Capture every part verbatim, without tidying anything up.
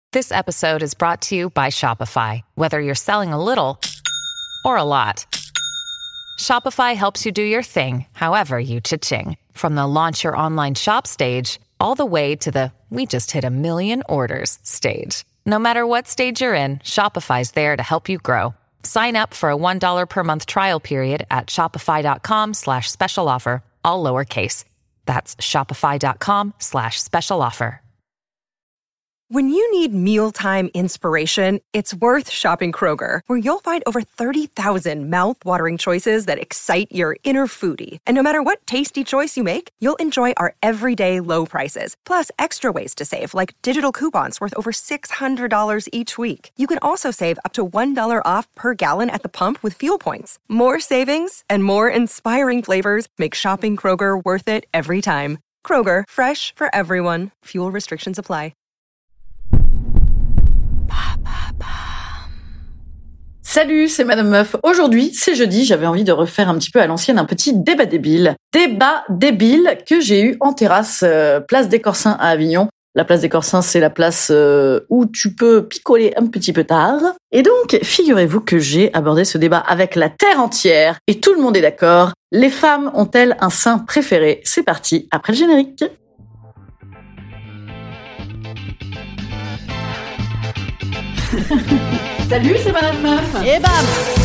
This episode is brought to you by Shopify. Whether you're selling a little or a lot, Shopify helps you do your thing, however you cha-ching. From the launch your online shop stage, all the way to the we just hit a million orders stage. No matter what stage you're in, Shopify's there to help you grow. Sign up for a one dollar per month trial period at shopify.com slash special offer, all lowercase. That's shopify.com slash special offer. When you need mealtime inspiration, it's worth shopping Kroger, where you'll find over thirty thousand mouth-watering choices that excite your inner foodie. And no matter what tasty choice you make, you'll enjoy our everyday low prices, plus extra ways to save, like digital coupons worth over six hundred dollars each week. You can also save up to one dollar off per gallon at the pump with fuel points. More savings and more inspiring flavors make shopping Kroger worth it every time. Kroger, fresh for everyone. Fuel restrictions apply. Salut, c'est Madame Meuf. Aujourd'hui, c'est jeudi, j'avais envie de refaire un petit peu à l'ancienne un petit débat débile. Débat débile que j'ai eu en terrasse, euh, place des Corsins à Avignon. La place des Corsins, c'est la place euh, où tu peux picoler un petit peu tard. Et donc, figurez-vous que j'ai abordé ce débat avec la terre entière et tout le monde est d'accord. Les femmes ont-elles un sein préféré ? C'est parti, après le générique. Salut, c'est Madame Meuf. Et bam.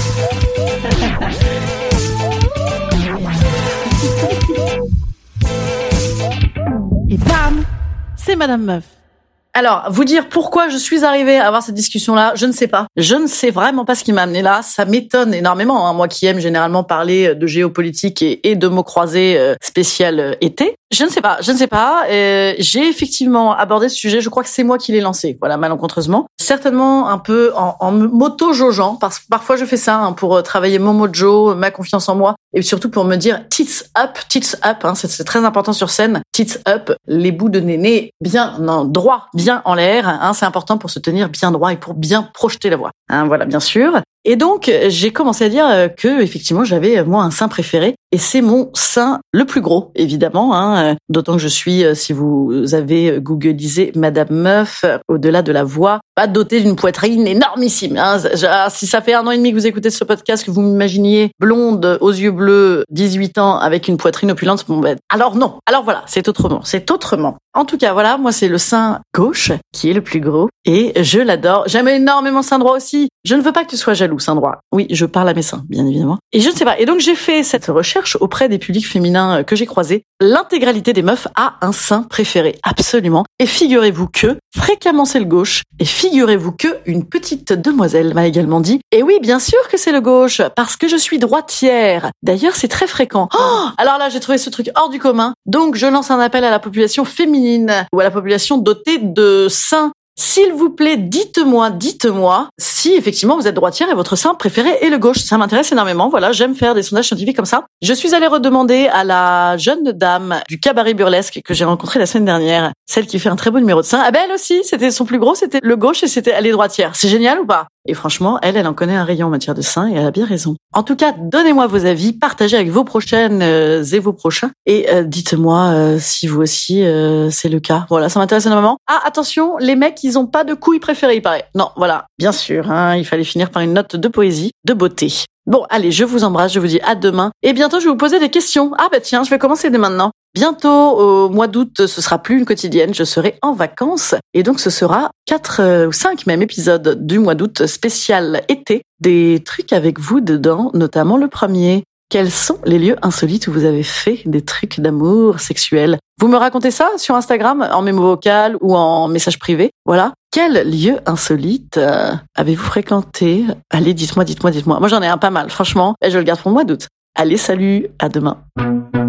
Et bam, c'est Madame Meuf. Alors, vous dire pourquoi je suis arrivée à avoir cette discussion-là, je ne sais pas. Je ne sais vraiment pas ce qui m'a amené là. Ça m'étonne énormément, hein, moi qui aime généralement parler de géopolitique et, et de mots croisés euh, spécial euh, été. Je ne sais pas, je ne sais pas. Euh, j'ai effectivement abordé ce sujet. Je crois que c'est moi qui l'ai lancé, voilà, malencontreusement. Certainement un peu en, en m'auto-jaugeant, parce que parfois je fais ça hein, pour travailler mon mojo, ma confiance en moi, et surtout pour me dire tits up, tits up. Hein, c'est, c'est très important sur scène. Tits up, les bouts de néné bien non, droit, bien en l'air. Hein, c'est important pour se tenir bien droit et pour bien projeter la voix. Hein, voilà, bien sûr. Et donc, j'ai commencé à dire que, effectivement, j'avais, moi, un sein préféré. Et c'est mon sein le plus gros, évidemment. Hein, d'autant que je suis, si vous avez googlisé Madame Meuf, au-delà de la voix, pas dotée d'une poitrine énormissime. Hein. Si ça fait un an et demi que vous écoutez ce podcast, que vous m'imaginiez blonde, aux yeux bleus, dix-huit ans, avec une poitrine opulente, bon ben, alors non. Alors voilà, c'est autrement. C'est autrement. En tout cas, voilà, moi, c'est le sein gauche qui est le plus gros. Et je l'adore. J'aime énormément sein droit aussi. Je ne veux pas que tu sois jaloux, sein droit. Oui, je parle à mes seins, bien évidemment. Et je ne sais pas. Et donc, j'ai fait cette recherche auprès des publics féminins que j'ai croisés. L'intégralité des meufs a un sein préféré, absolument. Et figurez-vous que, fréquemment, c'est le gauche. Et figurez-vous que, une petite demoiselle m'a également dit, et oui, bien sûr que c'est le gauche, parce que je suis droitière. D'ailleurs, c'est très fréquent. Oh, alors là, j'ai trouvé ce truc hors du commun. Donc, je lance un appel à la population féminine ou à la population dotée de seins. S'il vous plaît, dites-moi, dites-moi si effectivement vous êtes droitière et votre sein préféré est le gauche. Ça m'intéresse énormément. Voilà, j'aime faire des sondages scientifiques comme ça. Je suis allée redemander à la jeune dame du cabaret burlesque que j'ai rencontrée la semaine dernière, celle qui fait un très beau numéro de sein. Ah ben elle aussi, c'était son plus gros, c'était le gauche et c'était elle est droitière. C'est génial ou pas ? Et franchement, elle, elle en connaît un rayon en matière de sein et elle a bien raison. En tout cas, donnez-moi vos avis, partagez avec vos prochaines euh, et vos prochains et euh, dites-moi euh, si vous aussi euh, c'est le cas. Voilà, ça m'intéresse énormément. Ah, attention, les mecs, ils ont pas de couilles préférées, il paraît. Non, voilà, bien sûr, hein, il fallait finir par une note de poésie, de beauté. Bon, allez, je vous embrasse, je vous dis à demain. Et bientôt, je vais vous poser des questions. Ah bah tiens, je vais commencer dès maintenant. Bientôt, au mois d'août, ce sera plus une quotidienne, je serai en vacances. Et donc, ce sera quatre ou cinq même épisodes du mois d'août spécial été. Des trucs avec vous dedans, notamment le premier. Quels sont les lieux insolites où vous avez fait des trucs d'amour sexuel ? Vous me racontez ça sur Instagram, en mémo vocal ou en message privé. Voilà. Quel lieu insolite euh, avez-vous fréquenté ? Allez, dites-moi, dites-moi, dites-moi. Moi, j'en ai un pas mal, franchement. Et je le garde pour le mois d'août. Allez, salut, à demain.